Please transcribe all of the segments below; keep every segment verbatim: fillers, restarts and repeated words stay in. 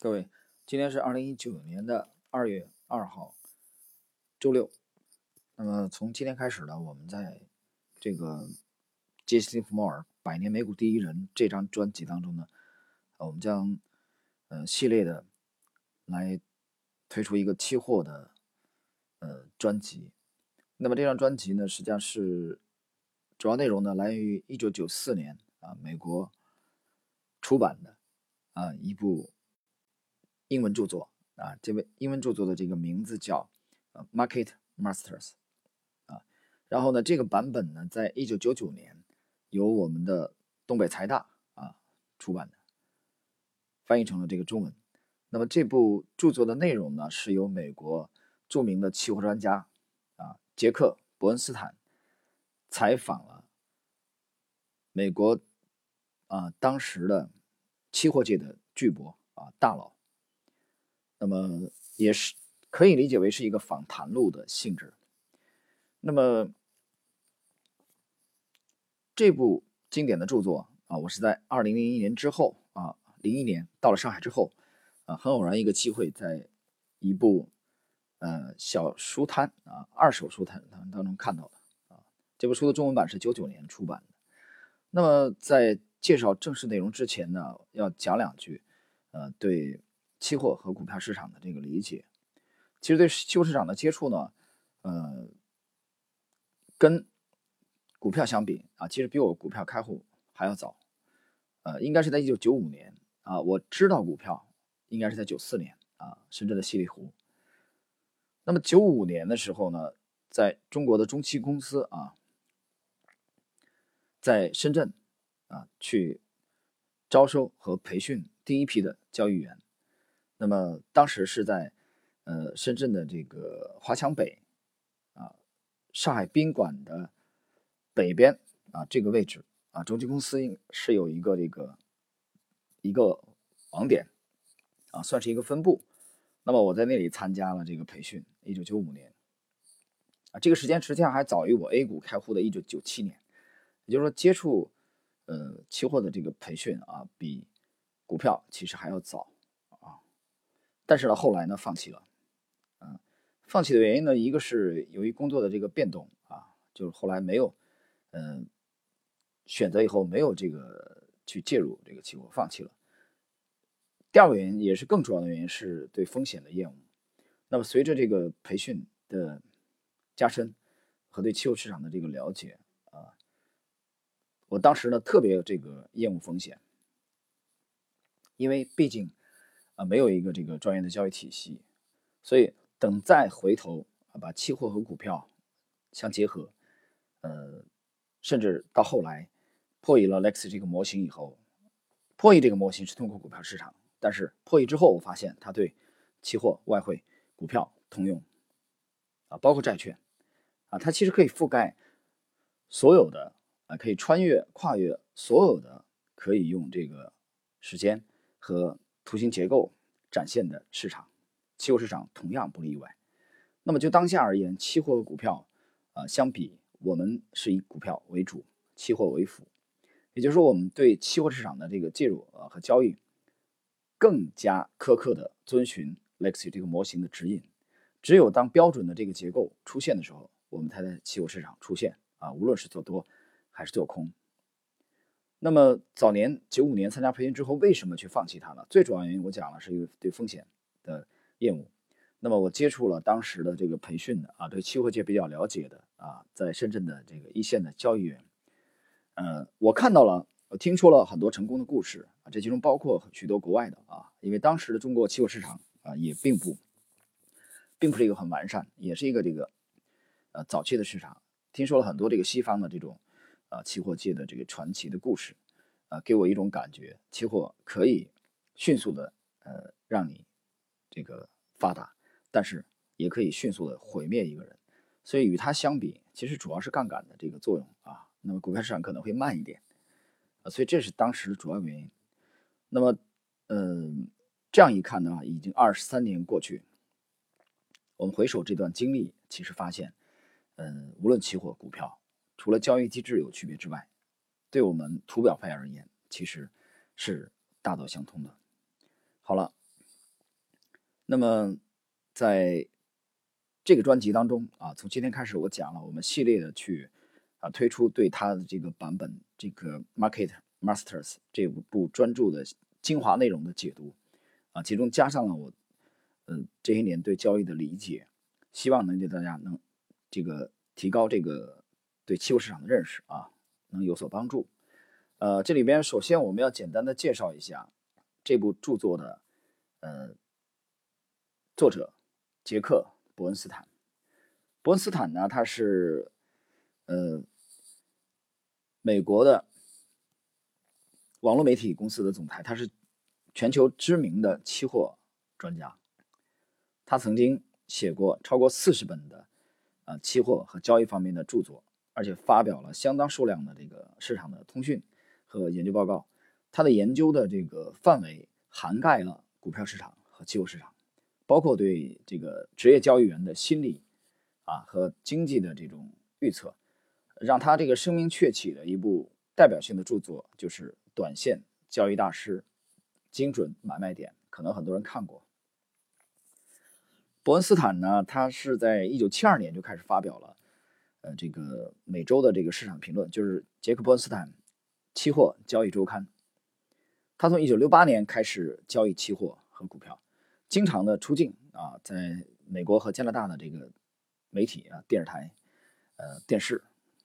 各位，今天是二零一九年的二月二号，周六。那么从今天开始呢，我们在这个杰西·利弗莫尔《百年美股第一人》这张专辑当中呢，呃我们将呃系列的来推出一个期货的呃专辑。那么这张专辑呢，实际上是主要内容呢来源于一九九四年啊美国出版的啊一部英文著作啊，这位英文著作的这个名字叫呃 Market Masters 啊，然后呢，这个版本呢，在一九九九年由我们的东北财大啊出版的，翻译成了这个中文。那么这部著作的内容呢，是由美国著名的期货专家啊杰克·伯恩斯坦采访了美国啊当时的期货界的巨擘啊大佬。那么也是可以理解为是一个访谈录的性质。那么这部经典的著作啊，我是在二零零一年之后啊，零一年到了上海之后啊，很偶然一个机会，在一部呃小书摊啊二手书摊当中看到的啊。这部书的中文版是九九年出版的。那么在介绍正式内容之前呢，要讲两句呃对期货和股票市场的这个理解。其实对期货市场的接触呢，呃，跟股票相比啊，其实比我股票开户还要早。呃，应该是在一九九五年啊，我知道股票应该是在九四年啊，深圳的西丽湖。那么九五年的时候呢，在中国的中期公司啊，在深圳啊去招收和培训第一批的交易员。那么当时是在呃深圳的这个华强北啊，上海宾馆的北边啊这个位置啊，中期公司是有一个这个一个网点啊，算是一个分部。那么我在那里参加了这个培训，一九九五年啊，这个时间实际上还早于我 A 股开户的一九九七年。也就是说，接触呃期货的这个培训啊，比股票其实还要早啊。但是呢，后来呢放弃了。嗯，放弃的原因呢，一个是由于工作的这个变动啊，就是后来没有嗯、呃选择以后没有这个去介入这个期货，放弃了。第二个原因也是更主要的原因是对风险的厌恶。那么随着这个培训的加深和对期货市场的这个了解啊，我当时呢特别这个厌恶风险，因为毕竟啊没有一个这个专业的交易体系，所以等再回头啊把期货和股票相结合，呃，甚至到后来破译了 Lexi 这个模型以后，破译这个模型是通过股票市场，但是破译之后我发现它对期货、外汇、股票通用啊，包括债券啊，它其实可以覆盖所有的啊，可以穿越跨越所有的可以用这个时间和图形结构展现的市场，期货市场同样不例外。那么就当下而言，期货和股票啊、呃、相比，我们是以股票为主，期货为辅。也就是说，我们对期货市场的这个介入啊和交易更加苛刻的遵循 Lexi 这个模型的指引。只有当标准的这个结构出现的时候，我们才在期货市场出现啊，无论是做多还是做空。那么早年九五年参加培训之后，为什么去放弃它呢？最主要原因我讲了，是因为对风险的厌恶。那么我接触了当时的这个培训的啊，对期货界比较了解的啊，在深圳的这个一线的交易员，呃，我看到了，我听说了很多成功的故事啊，这其中包括许多国外的啊，因为当时的中国期货市场啊，也并不，并不是一个很完善，也是一个这个呃早期的市场。听说了很多这个西方的这种啊期货界的这个传奇的故事，啊，给我一种感觉，期货可以迅速的呃让你这个发达，但是也可以迅速的毁灭一个人。所以与它相比，其实主要是杠杆的这个作用啊。那么股票市场可能会慢一点啊，所以这是当时主要原因。那么，嗯、呃，这样一看呢，已经二十三年过去，我们回首这段经历，其实发现，嗯，无论期货、股票，除了交易机制有区别之外，对我们图表派而言，其实是大道相通的。好了， 那么在这个专辑当中啊，从今天开始我讲了我们系列的去啊推出对它的这个版本这个 Market Masters 这部专著的精华内容的解读啊，其中加上了我嗯、呃、这些年对交易的理解，希望能给大家能这个提高这个对期货市场的认识啊，能有所帮助。呃，这里边首先我们要简单的介绍一下这部著作的呃作者杰克·伯恩斯坦。伯恩斯坦呢，他是呃美国的网络媒体公司的总裁，他是全球知名的期货专家。他曾经写过超过四十本的啊、呃、期货和交易方面的著作，而且发表了相当数量的这个市场的通讯和研究报告。他的研究的这个范围涵盖了股票市场和期货市场，包括对这个职业交易员的心理啊和经济的这种预测，让他这个声名鹊起的一部代表性的著作就是《短线交易大师：精准买卖点》，可能很多人看过。伯恩斯坦呢，他是在一九七二年就开始发表了，呃，这个每周的这个市场评论，就是杰克·伯恩斯坦期货交易周刊。他从一九六八年开始交易期货和股票，经常的出镜啊，在美国和加拿大的这个媒体啊、电视台、呃电视。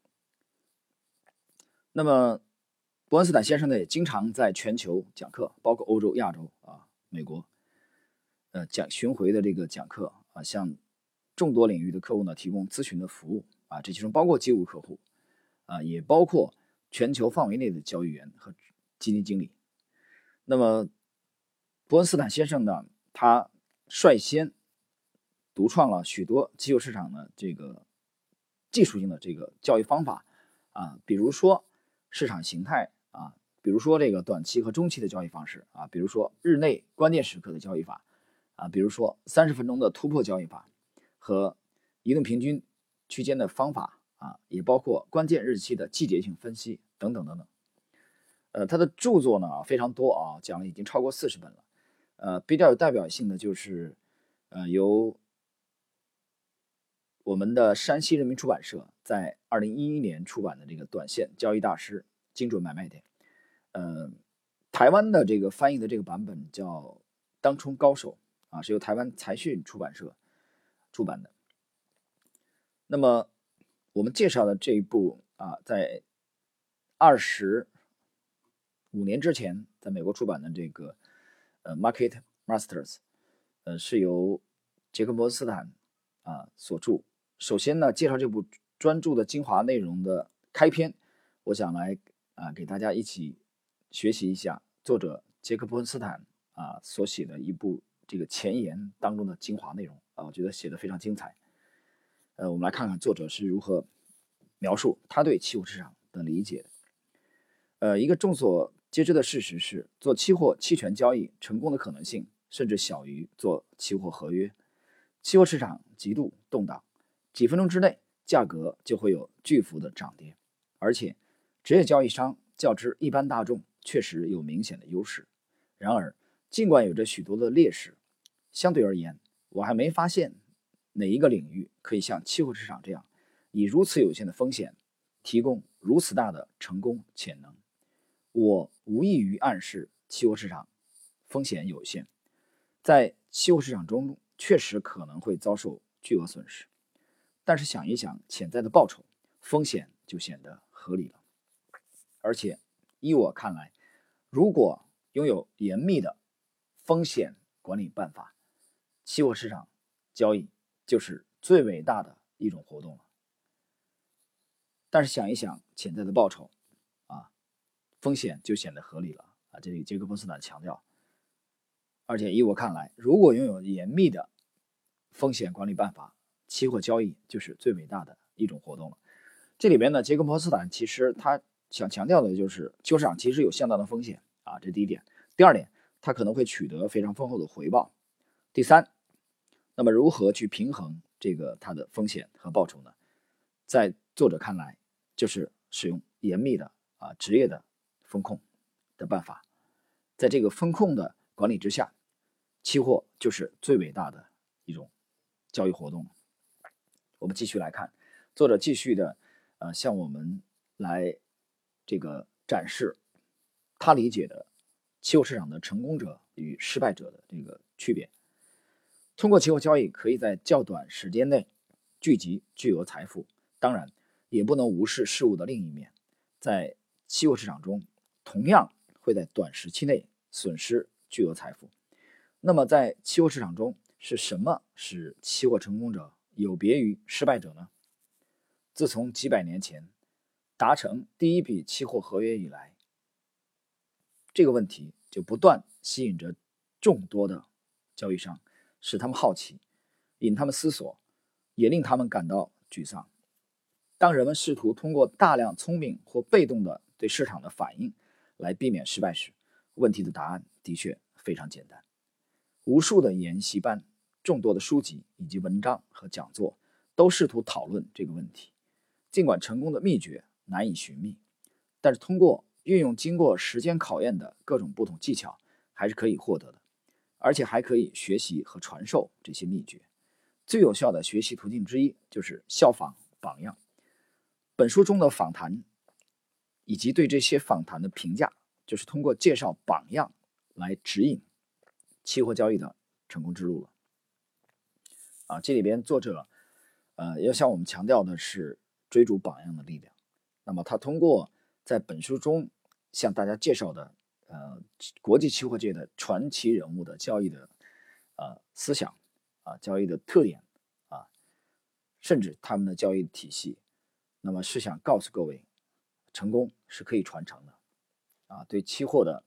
那么，伯恩斯坦先生呢，也经常在全球讲课，包括欧洲、亚洲啊、美国。呃，讲巡回的这个讲课啊，向众多领域的客户呢提供咨询的服务啊，这其中包括机构客户啊，也包括全球范围内的交易员和基金经理。那么，伯恩斯坦先生呢，他率先独创了许多期货市场的这个技术性的这个交易方法啊，比如说市场形态啊，比如说这个短期和中期的交易方式啊，比如说日内关键时刻的交易法。啊，比如说三十分钟的突破交易法和移动平均区间的方法啊，也包括关键日期的季节性分析等等等等。呃，他的著作呢非常多啊，讲了已经超过四十本了。呃，比较有代表性的就是呃由我们的山西人民出版社在二零一一年出版的这个短线交易大师精准买卖点。呃，台湾的这个翻译的这个版本叫当冲高手。啊，是由台湾财讯出版社出版的。那么我们介绍的这一部啊，在二十五年之前在美国出版的这个呃 Market Masters， 呃是由杰克·伯恩斯坦啊所著。首先呢，介绍这部专著的精华内容的开篇，我想来啊给大家一起学习一下作者杰克·伯恩斯坦啊所写的一部这个前言当中的精华内容啊，我觉得写的非常精彩。呃，我们来看看作者是如何描述他对期货市场的理解的。呃，一个众所皆知的事实是，做期货期权交易成功的可能性甚至小于做期货合约。期货市场极度动荡，几分钟之内价格就会有巨幅的涨跌，而且职业交易商较之一般大众确实有明显的优势。然而，尽管有着许多的劣势，相对而言，我还没发现哪一个领域可以像期货市场这样，以如此有限的风险提供如此大的成功潜能。我无异于暗示期货市场风险有限，在期货市场中确实可能会遭受巨额损失，但是想一想潜在的报酬，风险就显得合理了。而且依我看来，如果拥有严密的风险管理办法，期货市场交易就是最伟大的一种活动了。但是想一想潜在的报酬啊，风险就显得合理了啊，这里杰克·伯恩斯坦强调。而且依我看来，如果拥有严密的风险管理办法，期货交易就是最伟大的一种活动了。这里边呢，杰克·伯恩斯坦其实他想强调的就是，期货市场其实有相当的风险啊，这是第一点。第二点，它可能会取得非常丰厚的回报。第三，那么如何去平衡这个它的风险和报酬呢？在作者看来，就是使用严密的啊职业的风控的办法，在这个风控的管理之下， 期货就是最伟大的一种交易活动。我们继续来看，作者继续的呃向我们来这个展示他理解的期货市场的成功者与失败者的这个区别。通过期货交易，可以在较短时间内聚集巨额财富，当然也不能无视事物的另一面，在期货市场中同样会在短时期内损失巨额财富。那么在期货市场中，是什么使期货成功者有别于失败者呢？自从几百年前达成第一笔期货合约以来，这个问题就不断吸引着众多的交易商，使他们好奇，引他们思索，也令他们感到沮丧。当人们试图通过大量聪明或被动的对市场的反应来避免失败时，问题的答案的确非常简单。无数的研习班、众多的书籍以及文章和讲座都试图讨论这个问题。尽管成功的秘诀难以寻觅，但是通过运用经过时间考验的各种不同技巧，还是可以获得的，而且还可以学习和传授这些秘诀。最有效的学习途径之一就是效仿榜样。本书中的访谈以及对这些访谈的评价，就是通过介绍榜样来指引期货交易的成功之路了。啊，这里边作者呃要向我们强调的是追逐榜样的力量。那么他通过在本书中向大家介绍的呃国际期货界的传奇人物的交易的呃思想啊，交易的特点啊，甚至他们的交易体系，那么是想告诉各位，成功是可以传承的啊，对期货的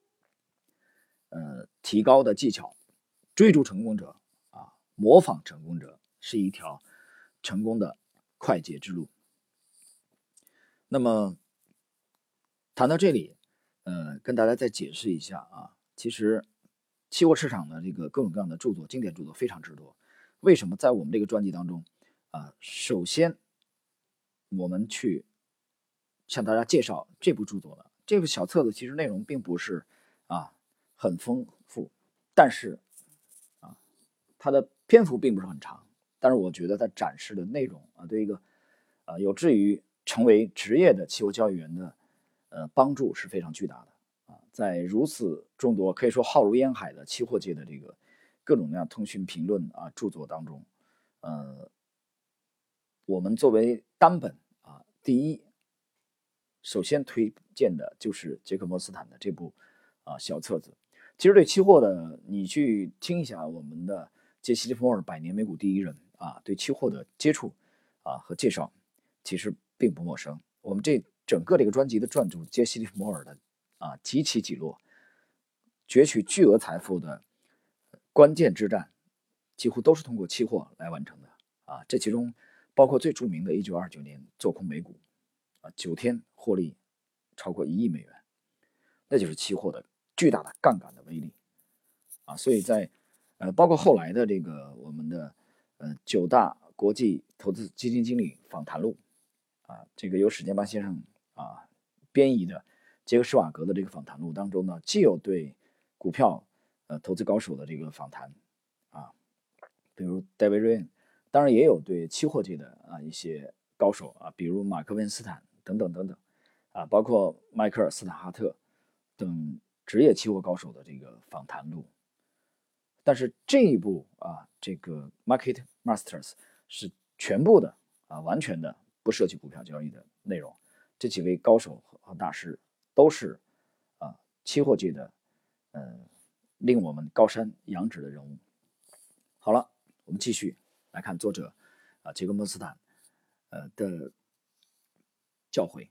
呃提高的技巧，追逐成功者啊，模仿成功者是一条成功的快捷之路。那么谈到这里，呃，跟大家再解释一下啊，其实期货市场的这个各种各样的著作，经典著作非常之多。为什么在我们这个专辑当中啊，首先我们去向大家介绍这部著作呢？这部小册子其实内容并不是啊很丰富，但是啊它的篇幅并不是很长，但是我觉得它展示的内容啊，对一个啊有志于成为职业的期货交易员的呃帮助是非常巨大的啊。在如此众多可以说浩如烟海的期货界的这个各种各样通讯评论啊著作当中，呃，我们作为单本啊，第一，首先推荐的就是杰克·莫斯坦的这部啊小册子。其实对期货的，你去听一下我们的杰西·利弗莫尔《百年美股第一人》啊，对期货的接触啊和介绍，其实并不陌生。我们这整个这个专辑的撰主杰西·利弗莫尔的啊几起几落，攫取巨额财富的关键之战，几乎都是通过期货来完成的啊。这其中包括最著名的一九二九年做空美股啊，九天获利超过一亿美元，那就是期货的巨大的杠杆的威力啊。所以在呃，包括后来的这个我们的呃九大国际投资基金经理访谈录啊，这个由史建邦先生啊编译的杰克施瓦格的这个访谈录当中呢，既有对股票呃投资高手的这个访谈啊，比如 David Ryan， 当然也有对期货界的啊一些高手啊，比如马克温斯坦等等等等啊，包括迈克尔斯塔哈特等职业期货高手的这个访谈录。但是这一部啊，这个 Market Masters 是全部的啊，完全的不涉及股票交易的内容。这几位高手和大师都是啊期货界的呃令我们高山仰止的人物。好了，我们继续来看作者啊杰克·莫斯坦呃的教诲。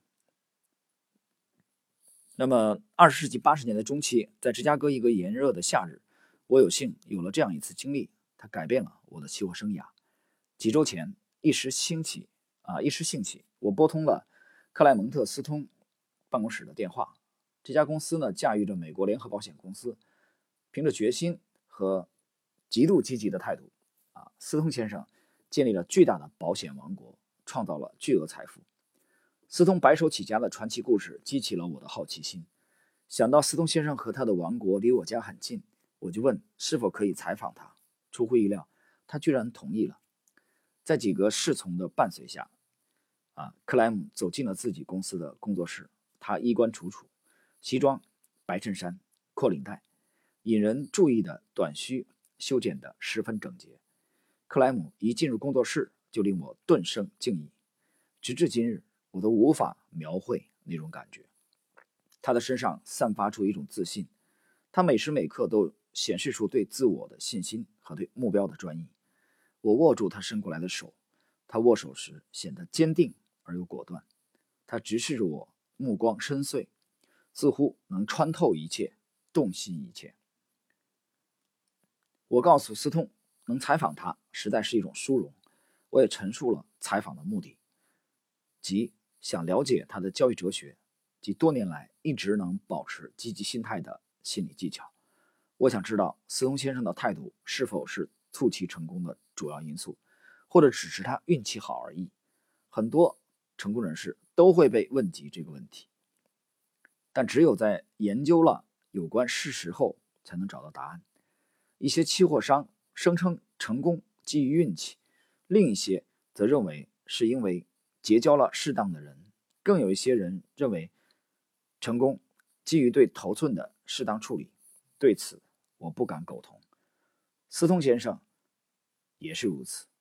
那么二十世纪八十年代中期，在芝加哥一个炎热的夏日，我有幸有了这样一次经历，它改变了我的期货生涯。几周前，一时兴起啊，一时兴起，我拨通了克莱蒙特斯通办公室的电话。这家公司呢，驾驭着美国联合保险公司，凭着决心和极度积极的态度，啊，斯通先生建立了巨大的保险王国，创造了巨额财富。斯通白手起家的传奇故事激起了我的好奇心。想到斯通先生和他的王国离我家很近， 我就问是否可以采访他，出乎意料，他居然同意了。在几个侍从的伴随下，啊，克莱姆走进了自己公司的工作室。他衣冠楚楚，西装、白衬衫、阔领带，引人注意的短须修剪得十分整洁。克莱姆一进入工作室，就令我顿生敬意，直至今日，我都无法描绘那种感觉。他的身上散发出一种自信，他每时每刻都显示出对自我的信心和对目标的专一。我握住他伸过来的手，他握手时显得坚定而又果断。他直视着我，目光深邃，似乎能穿透一切，洞悉一切。我告诉斯通，能采访他实在是一种殊荣。我也陈述了采访的目的，即想了解他的交易哲学及多年来一直能保持积极心态的心理技巧。我想知道斯通先生的态度是否是促其成功的主要因素，或者只是他运气好而已。很多成功人士都会被问及这个问题，但只有在研究了有关事实后才能找到答案。一些期货商声称成功基于运气，另一些则认为是因为结交了适当的人，更有一些人认为成功基于对头寸的适当处理。对此我不敢苟同。斯通先生也是如此。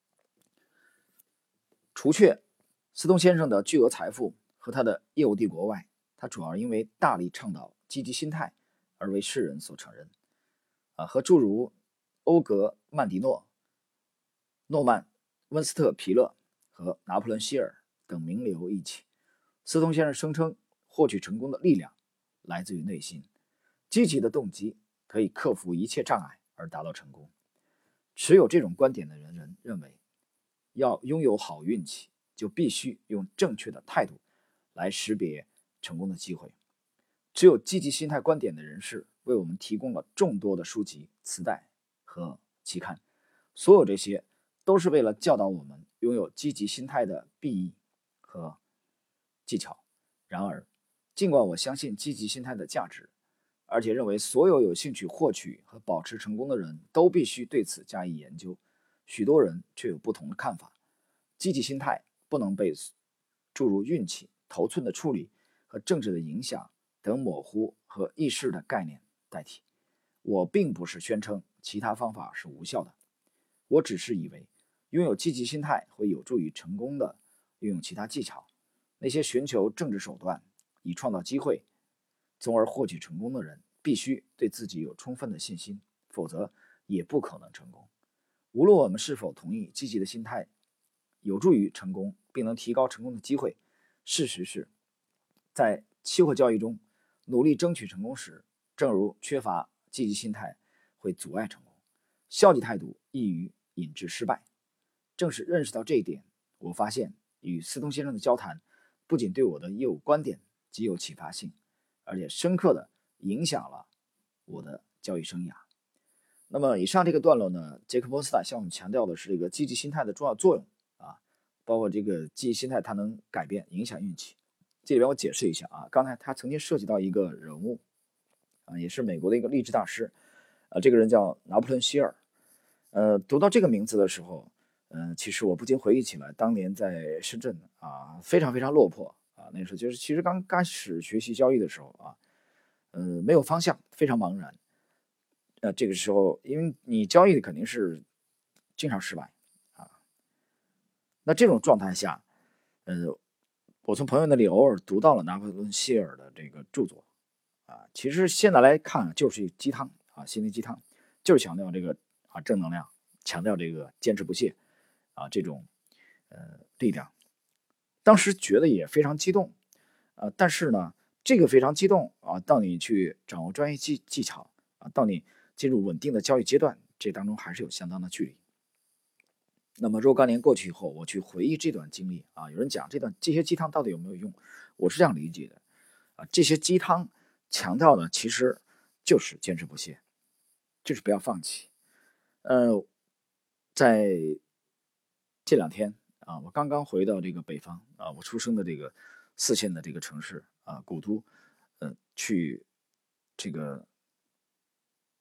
除却斯通先生的巨额财富和他的业务帝国外，他主要因为大力倡导积极心态而为世人所承认。啊，和诸如欧格曼迪诺、诺曼温斯特皮勒和拿破仑希尔等名流一起，斯通先生声称获取成功的力量来自于内心，积极的动机可以克服一切障碍而达到成功。持有这种观点的人人认为，要拥有好运气，就必须用正确的态度来识别成功的机会。只有积极心态观点的人士为我们提供了众多的书籍、磁带和期刊，所有这些都是为了教导我们拥有积极心态的裨益和技巧。然而，尽管我相信积极心态的价值，而且认为所有有兴趣获取和保持成功的人都必须对此加以研究，许多人却有不同的看法。积极心态不能被注入运气、头寸的处理和政治的影响等模糊和易逝的概念代替。我并不是宣称其他方法是无效的，我只是以为拥有积极心态会有助于成功的运用其他技巧。那些寻求政治手段以创造机会从而获取成功的人，必须对自己有充分的信心，否则也不可能成功。无论我们是否同意积极的心态有助于成功并能提高成功的机会，事实是，在期货交易中努力争取成功时，正如缺乏积极心态会阻碍成功，消极态度易于引致失败。正是认识到这一点，我发现与斯通先生的交谈不仅对我的业务观点极有启发性，而且深刻地影响了我的交易生涯。那么以上这个段落呢，杰克波斯塔向我们强调的是这个积极心态的重要作用啊，包括这个积极心态它能改变影响运气。这里边我解释一下啊，刚才他曾经涉及到一个人物啊，也是美国的一个励志大师啊，这个人叫拿破仑希尔。呃，读到这个名字的时候，嗯、呃，其实我不禁回忆起来当年在深圳啊，非常非常落魄啊，那时候就是其实刚开始学习交易的时候啊，呃，没有方向，非常茫然。呃，这个时候，因为你交易的肯定是经常失败啊，那这种状态下，呃，我从朋友那里偶尔读到了拿破仑希尔的这个著作啊，其实现在来看就是鸡汤啊，心灵鸡汤，就是强调这个啊正能量，强调这个坚持不懈啊这种呃力量。当时觉得也非常激动，呃，但是呢，这个非常激动啊，到你去掌握专业技技巧啊，到你进入稳定的交易阶段，这当中还是有相当的距离。那么若干年过去以后，我去回忆这段经历啊，有人讲这段这些鸡汤到底有没有用？我是这样理解的啊，这些鸡汤强调的其实就是坚持不懈，就是不要放弃。呃，在这两天啊，我刚刚回到这个北方啊，我出生的这个四线的这个城市啊，古都，呃，去这个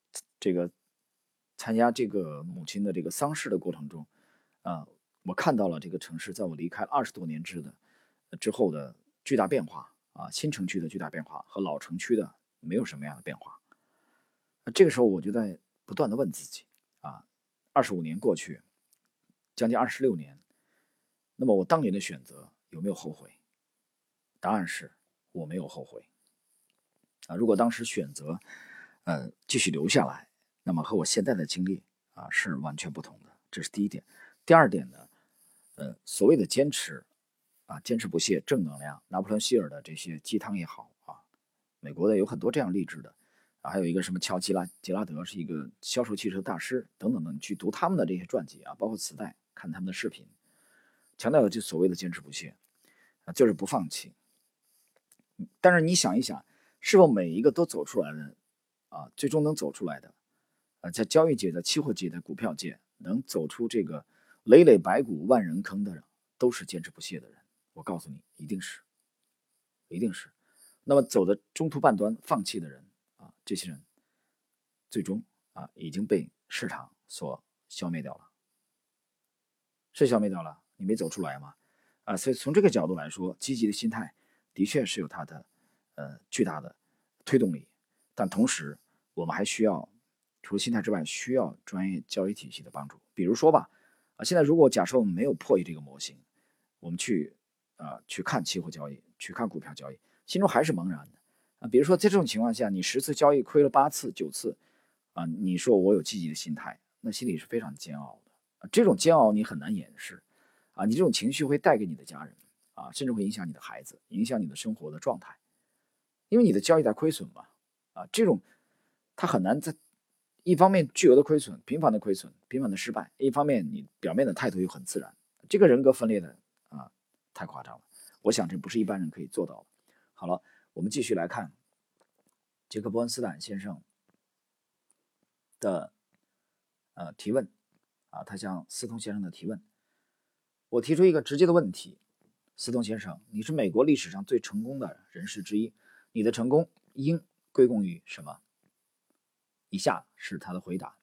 这个参加这个母亲的这个丧事的过程中，啊，我看到了这个城市在我离开二十多年之的之后的巨大变化啊，新城区的巨大变化和老城区的没有什么样的变化。这个时候我就在不断的问自己啊，二十五年过去，将近二十六年，那么我当年的选择有没有后悔？答案是我没有后悔啊。如果当时选择呃继续留下来，那么和我现在的经历啊是完全不同的，这是第一点。第二点呢，呃，所谓的坚持啊，坚持不懈，正能量，拿破仑希尔的这些鸡汤也好啊，美国的有很多这样励志的啊，还有一个什么乔吉拉吉拉德是一个销售汽车大师等等的，你去读他们的这些传记啊，包括磁带，看他们的视频，强调的就所谓的坚持不懈啊，就是不放弃。但是你想一想，是否每一个都走出来的啊，最终能走出来的，呃，在交易界的、期货界的、股票界，能走出这个累累白骨万人坑的人，都是坚持不懈的人。我告诉你，一定是，一定是。那么走的中途半端放弃的人啊，这些人最终啊已经被市场所消灭掉了，是消灭掉了，你没走出来嘛？啊，所以从这个角度来说，积极的心态的确是有它的呃巨大的推动力，但同时我们还需要除了心态之外，需要专业交易体系的帮助。比如说吧，啊，现在如果假设我们没有破译这个模型，我们去啊、呃、去看期货交易，去看股票交易，心中还是茫然的啊。比如说在这种情况下，你十次交易亏了八次、九次啊，你说我有积极的心态，那心里是非常煎熬的啊。这种煎熬你很难掩饰啊，你这种情绪会带给你的家人啊，甚至会影响你的孩子，影响你的生活的状态，因为你的交易在亏损嘛啊，这种它很难在一方面巨额的亏损、频繁的亏损、频繁的失败，一方面你表面的态度又很自然，这个人格分裂的啊太夸张了，我想这不是一般人可以做到的。好了，我们继续来看杰克·伯恩斯坦先生的呃提问啊，他向斯通先生的提问，我提出一个直接的问题：斯通先生，你是美国历史上最成功的人士之一，你的成功应归功于什么？以下是他的回答：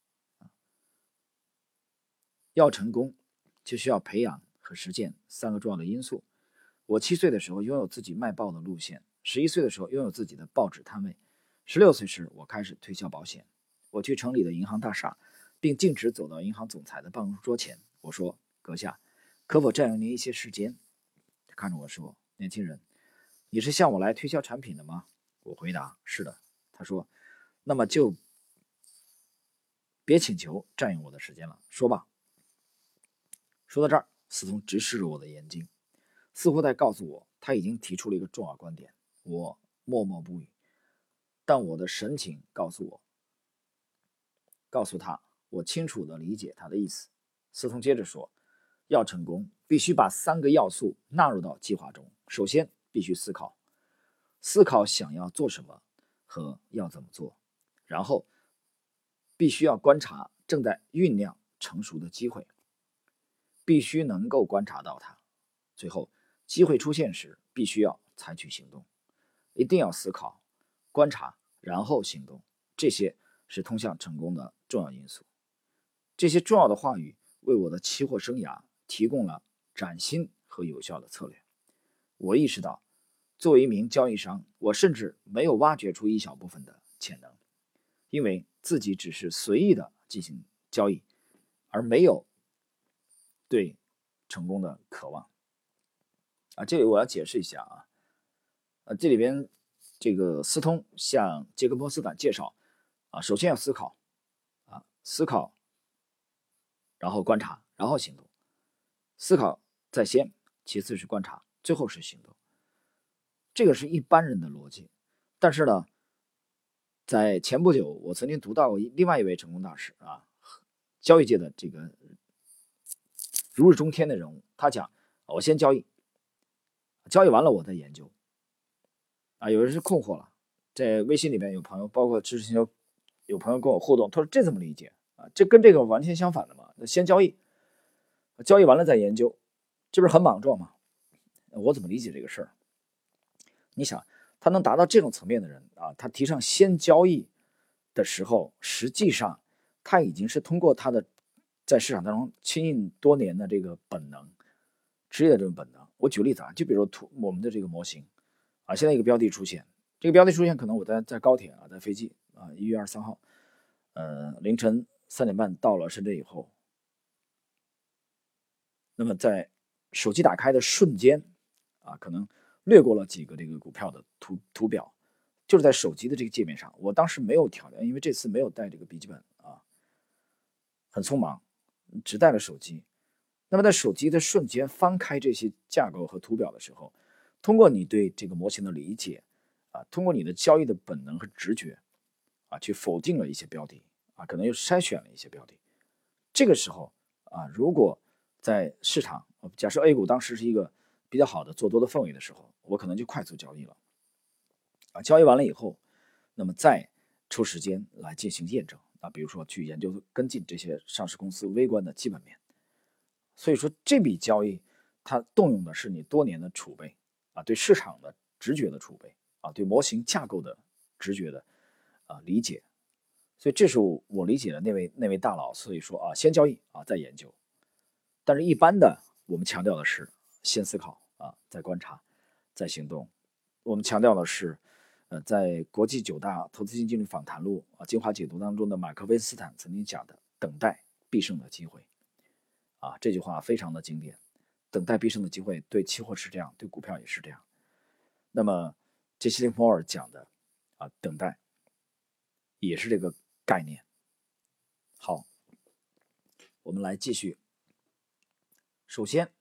要成功，就需要培养和实践三个重要的因素。我七岁的时候拥有自己卖报的路线，十一岁的时候拥有自己的报纸摊位，十六岁时我开始推销保险。我去城里的银行大厦，并径直走到银行总裁的办公桌前。我说：“阁下，可否占用您一些时间？”他看着我说：“年轻人，你是向我来推销产品的吗？”我回答：“是的。”他说：“那么就别请求占用我的时间了，说吧。”说到这儿，斯通直视着我的眼睛，似乎在告诉我他已经提出了一个重要观点。我默默不语，但我的神情告诉我，告诉他我清楚地理解他的意思。斯通接着说，要成功，必须把三个要素纳入到计划中。首先，必须思考，思考想要做什么和要怎么做，然后必须要观察正在酝酿成熟的机会，必须能够观察到它。最后，机会出现时，必须要采取行动。一定要思考、观察，然后行动，这些是通向成功的重要因素。这些重要的话语为我的期货生涯提供了崭新和有效的策略。我意识到，作为一名交易商，我甚至没有挖掘出一小部分的潜能，因为自己只是随意的进行交易，而没有对成功的渴望。啊，这里我要解释一下啊，呃，这里边这个斯通向杰克·波斯坦介绍啊，首先要思考啊，思考，然后观察，然后行动。思考在先，其次是观察，最后是行动。这个是一般人的逻辑，但是呢，在前不久，我曾经读到过另外一位成功大师啊，交易界的这个如日中天的人物，他讲，我先交易，交易完了我再研究。啊，有人是困惑了，在微信里面有朋友，包括知识星球，有朋友跟我互动，他说这怎么理解啊？这跟这个完全相反的嘛？先交易，交易完了再研究，这不是很莽撞吗？我怎么理解这个事儿？你想，他能达到这种层面的人啊，他提倡先交易， 的时候，实际上他已经是通过他的在市场当中经营多年的这个本能，职业的这种本能。我举个例子啊，就比如图我们的这个模型啊，现在一个标的出现，这个标的出现，可能我在在高铁啊，在飞机啊，一月二十三号，呃，凌晨三点半到了深圳以后，那么在手机打开的瞬间啊，可能略过了几个这个股票的图图表，就是在手机的这个界面上，我当时没有调的，因为这次没有带这个笔记本啊，很匆忙，只带了手机。那么在手机的瞬间翻开这些架构和图表的时候，通过你对这个模型的理解啊，通过你的交易的本能和直觉啊，去否定了一些标的啊，可能又筛选了一些标的。这个时候啊，如果在市场，假设 A 股当时是一个比较好的做多的氛围的时候，我可能就快速交易了啊。交易完了以后，那么再抽时间来进行验证啊，比如说去研究跟进这些上市公司微观的基本面。所以说这笔交易它动用的是你多年的储备啊，对市场的直觉的储备啊，对模型架构的直觉的啊理解。所以这是我理解的那位那位大佬。所以说啊，先交易啊，再研究。但是，一般的我们强调的是先思考啊，再观察，再行动。我们强调的是，呃，在国际九大投资基金经理访谈录啊精华解读当中的马克威斯坦曾经讲的“等待必胜的机会”啊，这句话非常的经典。等待必胜的机会，对期货是这样，对股票也是这样。那么，杰西·林摩尔讲的啊，等待也是这个概念。好，我们来继续。首先，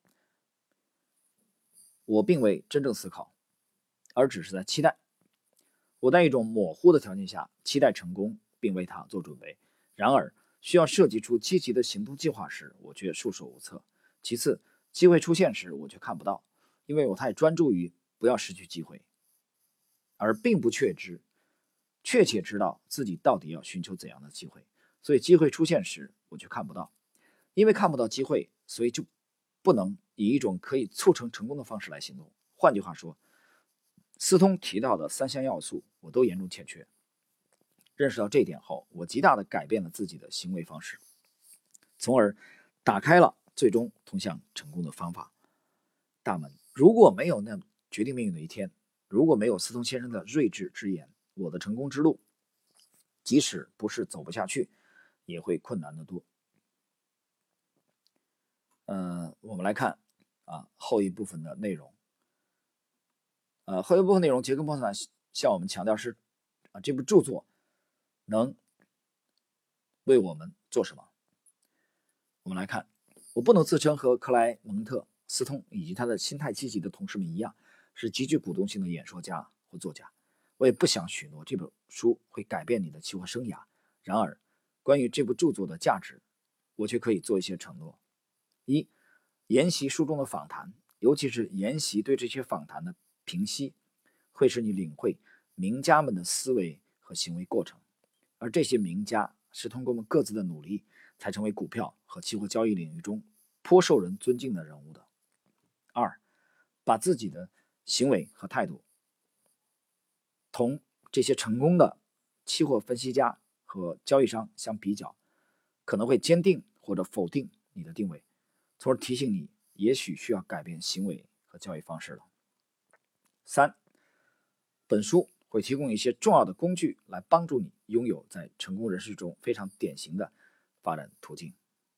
我并未真正思考，而只是在期待。我在一种模糊的条件下期待成功，并为它做准备。然而，需要设计出积极的行动计划时，我却束手无策。其次，机会出现时，我却看不到，因为我太专注于不要失去机会，而并不确知、确切知道自己到底要寻求怎样的机会。所以，机会出现时，我却看不到，因为看不到机会，所以就不能以一种可以促成成功的方式来行动。换句话说，斯通提到的三项要素，我都严重欠缺。认识到这一点后，我极大地改变了自己的行为方式，从而打开了最终通向成功的方法大门。如果没有那决定命运的一天，如果没有斯通先生的睿智之言，我的成功之路，即使不是走不下去，也会困难得多。呃，我们来看啊后一部分的内容。呃，后一部分内容，杰克莫斯坦向我们强调是啊，这部著作能为我们做什么？我们来看，我不能自称和克莱蒙特·斯通以及他的心态积极的同事们一样，是极具鼓动性的演说家或作家。我也不想许诺这本书会改变你的期货生涯。然而，关于这部著作的价值，我却可以做一些承诺：一、研习书中的访谈，尤其是研习对这些访谈的评析，会使你领会名家们的思维和行为过程，而这些名家是通过我们各自的努力才成为股票和期货交易领域中颇受人尊敬的人物的。二、把自己的行为和态度同这些成功的期货分析家和交易商相比较，可能会坚定或者否定你的定位，从而提醒你也许需要改变行为和交易方式了。三、本书会提供一些重要的工具来帮助你拥有在成功人士中非常典型的发展途径。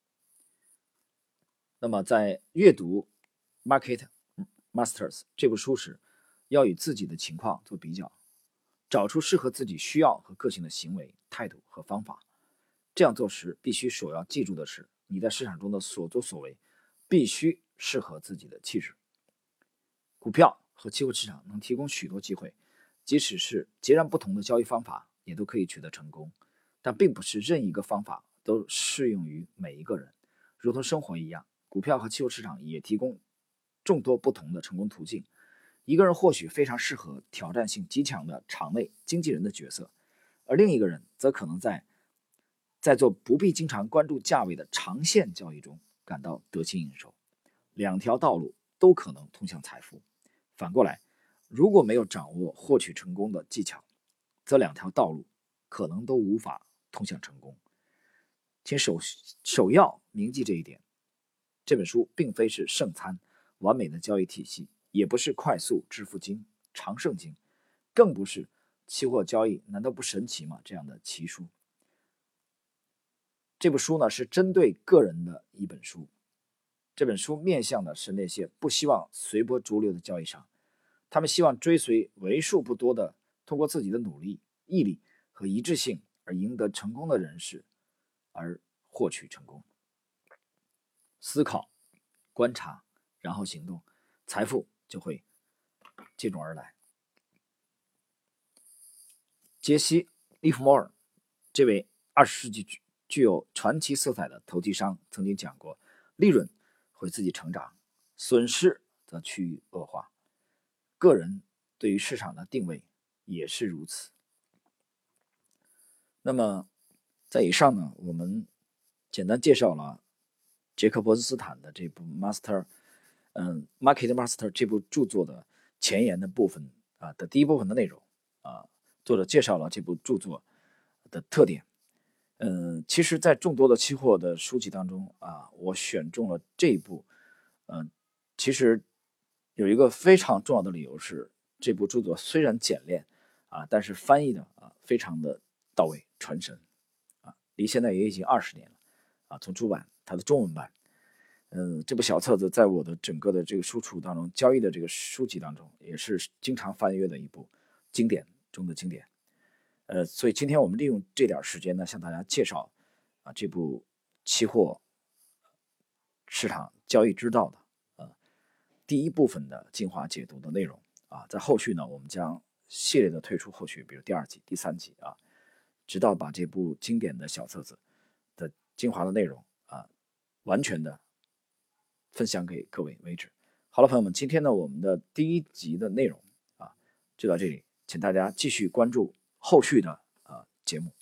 那么在阅读 Market Masters 这部书时，要与自己的情况做比较，找出适合自己需要和个性的行为、态度和方法。这样做时，必须首要记住的是，你在市场中的所作所为必须适合自己的气质。股票和期货市场能提供许多机会，即使是截然不同的交易方法，也都可以取得成功。但并不是任一个方法都适用于每一个人。如同生活一样，股票和期货市场也提供众多不同的成功途径。一个人或许非常适合挑战性极强的场内经纪人的角色，而另一个人则可能在在做不必经常关注价位的长线交易中感到得心应手。两条道路都可能通向财富。反过来，如果没有掌握获取成功的技巧，则两条道路可能都无法通向成功。请首首要铭记这一点，这本书并非是圣餐、完美的交易体系，也不是快速致富经、长胜经，更不是期货交易难道不神奇吗这样的奇书。这部书呢是针对个人的一本书，这本书面向的是那些不希望随波逐流的交易商，他们希望追随为数不多的通过自己的努力、毅力和一致性而赢得成功的人士而获取成功。思考、观察，然后行动，财富就会接踵而来。杰西·利弗莫尔这位二十世纪具有传奇色彩的投机商曾经讲过，利润会自己成长，损失则趋于恶化。个人对于市场的定位也是如此。那么在以上呢，我们简单介绍了杰克伯斯斯坦的这部 Master 嗯 Market Master 这部著作的前言的部分啊的第一部分的内容啊，作者介绍了这部著作的特点。嗯，其实在众多的期货的书籍当中啊，我选中了这一部。嗯，其实有一个非常重要的理由是，这部著作虽然简练啊，但是翻译的啊非常的到位传神啊，离现在也已经二十年了啊，从出版它的中文版。嗯，这部小册子在我的整个的这个书橱当中，交易的这个书籍当中，也是经常翻阅的一部经典中的经典。呃，所以今天我们利用这点时间呢，向大家介绍啊这部期货市场交易之道的呃第一部分的精华解读的内容啊，在后续呢，我们将系列的推出后续，比如第二集、第三集啊，直到把这部经典的小册子的精华的内容啊，完全的分享给各位为止。好了，朋友们，今天呢，我们的第一集的内容啊，就到这里，请大家继续关注后续的呃节目。